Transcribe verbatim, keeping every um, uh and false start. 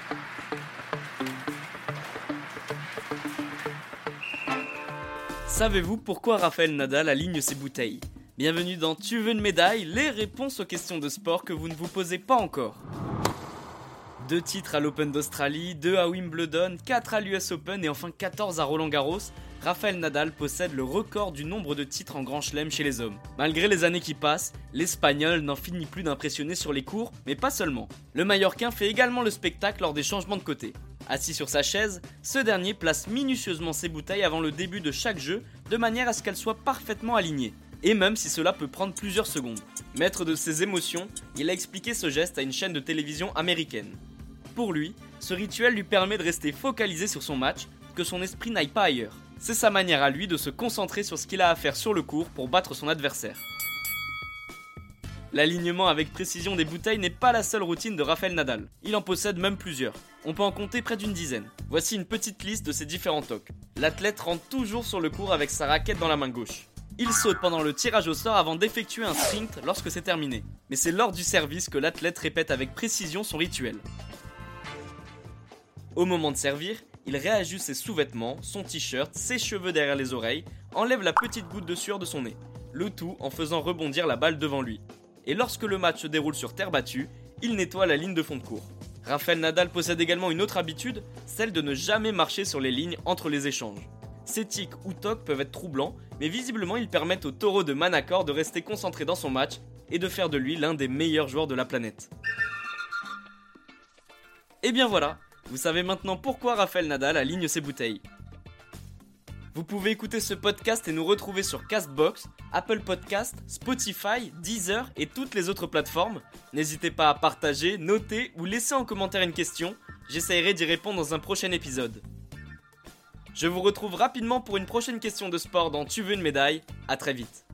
Savez-vous pourquoi Rafael Nadal aligne ses bouteilles ? Bienvenue dans Tu veux une médaille ? Les réponses aux questions de sport que vous ne vous posez pas encore. Deux titres à l'Open d'Australie, deux à Wimbledon, quatre à l'U S Open et enfin quatorze à Roland Garros, Rafael Nadal possède le record du nombre de titres en Grand Chelem chez les hommes. Malgré les années qui passent, l'Espagnol n'en finit plus d'impressionner sur les courts, mais pas seulement. Le Mallorquin fait également le spectacle lors des changements de côté. Assis sur sa chaise, ce dernier place minutieusement ses bouteilles avant le début de chaque jeu, de manière à ce qu'elles soient parfaitement alignées. Et même si cela peut prendre plusieurs secondes. Maître de ses émotions, il a expliqué ce geste à une chaîne de télévision américaine. Pour lui, ce rituel lui permet de rester focalisé sur son match, que son esprit n'aille pas ailleurs. C'est sa manière à lui de se concentrer sur ce qu'il a à faire sur le court pour battre son adversaire. L'alignement avec précision des bouteilles n'est pas la seule routine de Rafael Nadal. Il en possède même plusieurs. On peut en compter près d'une dizaine. Voici une petite liste de ses différents tocs. L'athlète rentre toujours sur le court avec sa raquette dans la main gauche. Il saute pendant le tirage au sort avant d'effectuer un sprint lorsque c'est terminé. Mais c'est lors du service que l'athlète répète avec précision son rituel. Au moment de servir, il réajuste ses sous-vêtements, son t-shirt, ses cheveux derrière les oreilles, enlève la petite goutte de sueur de son nez. Le tout en faisant rebondir la balle devant lui. Et lorsque le match se déroule sur terre battue, il nettoie la ligne de fond de court. Rafael Nadal possède également une autre habitude, celle de ne jamais marcher sur les lignes entre les échanges. Ces tics ou tocs peuvent être troublants, mais visiblement ils permettent au taureau de Manacor de rester concentré dans son match et de faire de lui l'un des meilleurs joueurs de la planète. Et bien voilà, vous savez maintenant pourquoi Rafael Nadal aligne ses bouteilles. Vous pouvez écouter ce podcast et nous retrouver sur Castbox, Apple Podcast, Spotify, Deezer et toutes les autres plateformes. N'hésitez pas à partager, noter ou laisser en commentaire une question. J'essaierai d'y répondre dans un prochain épisode. Je vous retrouve rapidement pour une prochaine question de sport dans Tu veux une médaille. À très vite.